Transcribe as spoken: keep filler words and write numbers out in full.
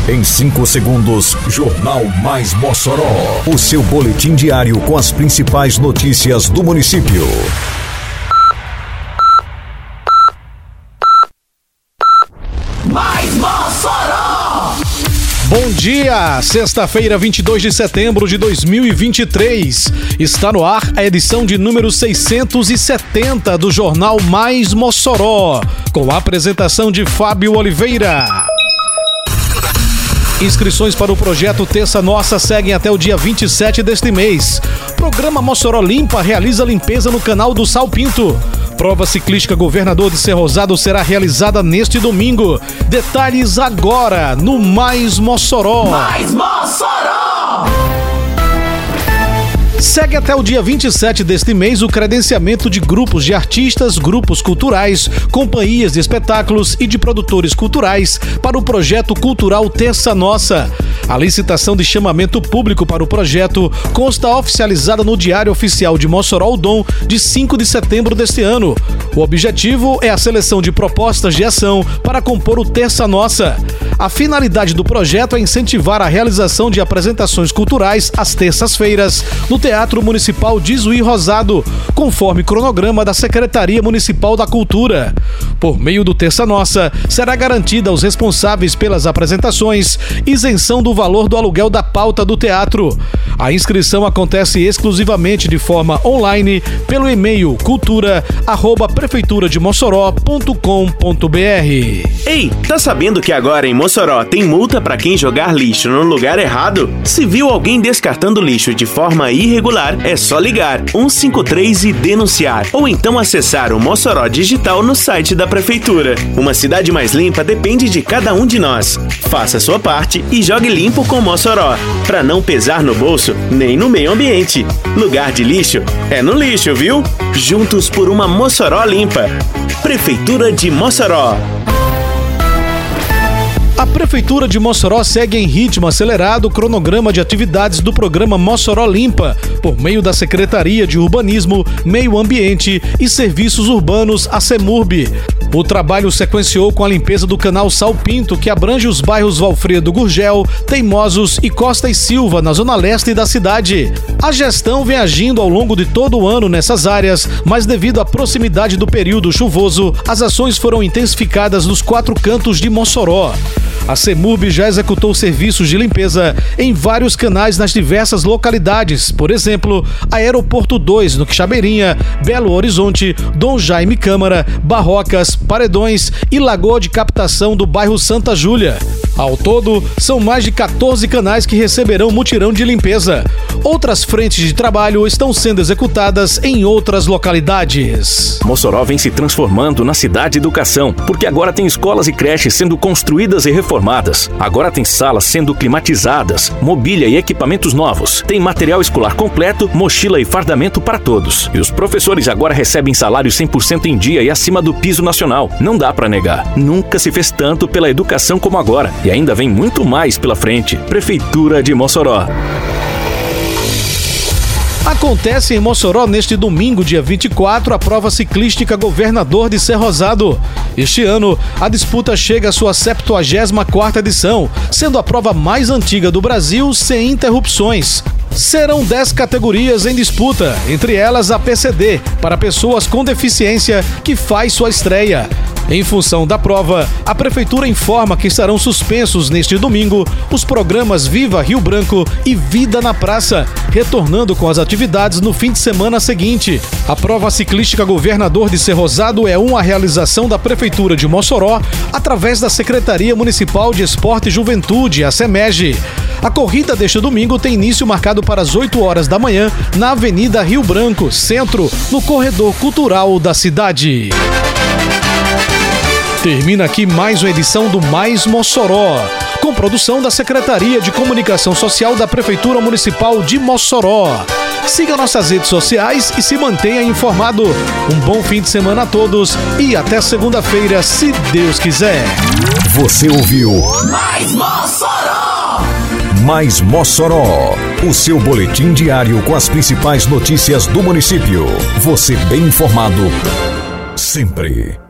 Em cinco segundos, Jornal Mais Mossoró. O seu boletim diário com as principais notícias do município. Mais Mossoró! Bom dia! Sexta-feira, vinte e dois de setembro de dois mil e vinte e três. Está no ar a edição de número seiscentos e setenta do Jornal Mais Mossoró, com a apresentação de Fábio Oliveira. Inscrições para o projeto Terça Nossa seguem até o dia vinte e sete deste mês. Programa Mossoró Limpa realiza limpeza no canal do Sal Pinto. Prova ciclística Governador de Cerrosado será realizada neste domingo. Detalhes agora no Mais Mossoró. Mais Mossoró! Segue até o dia vinte e sete deste mês o credenciamento de grupos de artistas, grupos culturais, companhias de espetáculos e de produtores culturais para o projeto cultural Terça Nossa. A licitação de chamamento público para o projeto consta oficializada no Diário Oficial de Mossoró, o Dom, de cinco de setembro deste ano. O objetivo é a seleção de propostas de ação para compor o Terça Nossa. A finalidade do projeto é incentivar a realização de apresentações culturais às terças-feiras no Teatro Municipal de Juí Rosado, conforme cronograma da Secretaria Municipal da Cultura. Por meio do Terça Nossa, será garantida aos responsáveis pelas apresentações isenção do valor do aluguel da pauta do teatro. A inscrição acontece exclusivamente de forma online pelo e-mail cultura arroba prefeitura de mossoró ponto com ponto br. Ei, tá sabendo que agora em Mossoró tem multa para quem jogar lixo no lugar errado? Se viu alguém descartando lixo de forma irregular, é só ligar um cinco três e denunciar, ou então acessar o Mossoró Digital no site da Prefeitura. Uma cidade mais limpa depende de cada um de nós. Faça sua parte e jogue limpo com Mossoró, para não pesar no bolso nem no meio ambiente. Lugar de lixo é no lixo, viu? Juntos por uma Mossoró limpa. Prefeitura de Mossoró. A Prefeitura de Mossoró segue em ritmo acelerado o cronograma de atividades do programa Mossoró Limpa, por meio da Secretaria de Urbanismo, Meio Ambiente e Serviços Urbanos, a CEMURB. O trabalho sequenciou com a limpeza do canal Sal Pinto, que abrange os bairros Valfredo Gurgel, Teimosos e Costa e Silva, na zona leste da cidade. A gestão vem agindo ao longo de todo o ano nessas áreas, mas devido à proximidade do período chuvoso, as ações foram intensificadas nos quatro cantos de Mossoró. A CEMURB já executou serviços de limpeza em vários canais nas diversas localidades, por exemplo, Aeroporto dois, no Quixabeirinha, Belo Horizonte, Dom Jaime Câmara, Barrocas, Paredões e Lagoa de Captação do bairro Santa Júlia. Ao todo, são mais de quatorze canais que receberão mutirão de limpeza. Outras frentes de trabalho estão sendo executadas em outras localidades. Mossoró vem se transformando na cidade de educação, porque agora tem escolas e creches sendo construídas e reformadas. Agora tem salas sendo climatizadas, mobília e equipamentos novos. Tem material escolar completo, mochila e fardamento para todos. E os professores agora recebem salário cem por cento em dia e acima do piso nacional. Não dá para negar. Nunca se fez tanto pela educação como agora. E ainda vem muito mais pela frente. Prefeitura de Mossoró. Acontece em Mossoró neste domingo, dia vinte e quatro, a prova ciclística Governador de Cerrosado. Este ano, a disputa chega à sua septuagésima quarta edição, sendo a prova mais antiga do Brasil sem interrupções. Serão dez categorias em disputa, entre elas a P C D, para pessoas com deficiência, que faz sua estreia. Em função da prova, a Prefeitura informa que estarão suspensos neste domingo os programas Viva Rio Branco e Vida na Praça, retornando com as atividades no fim de semana seguinte. A prova ciclística Governador de Cerrosado é uma realização da Prefeitura de Mossoró através da Secretaria Municipal de Esporte e Juventude, a SEMEG. A corrida deste domingo tem início marcado para as oito horas da manhã na Avenida Rio Branco, centro, no corredor cultural da cidade. Termina aqui mais uma edição do Mais Mossoró, com produção da Secretaria de Comunicação Social da Prefeitura Municipal de Mossoró. Siga nossas redes sociais e se mantenha informado. Um bom fim de semana a todos e até segunda-feira, se Deus quiser. Você ouviu Mais Mossoró! Mais Mossoró, o seu boletim diário com as principais notícias do município. Você bem informado sempre.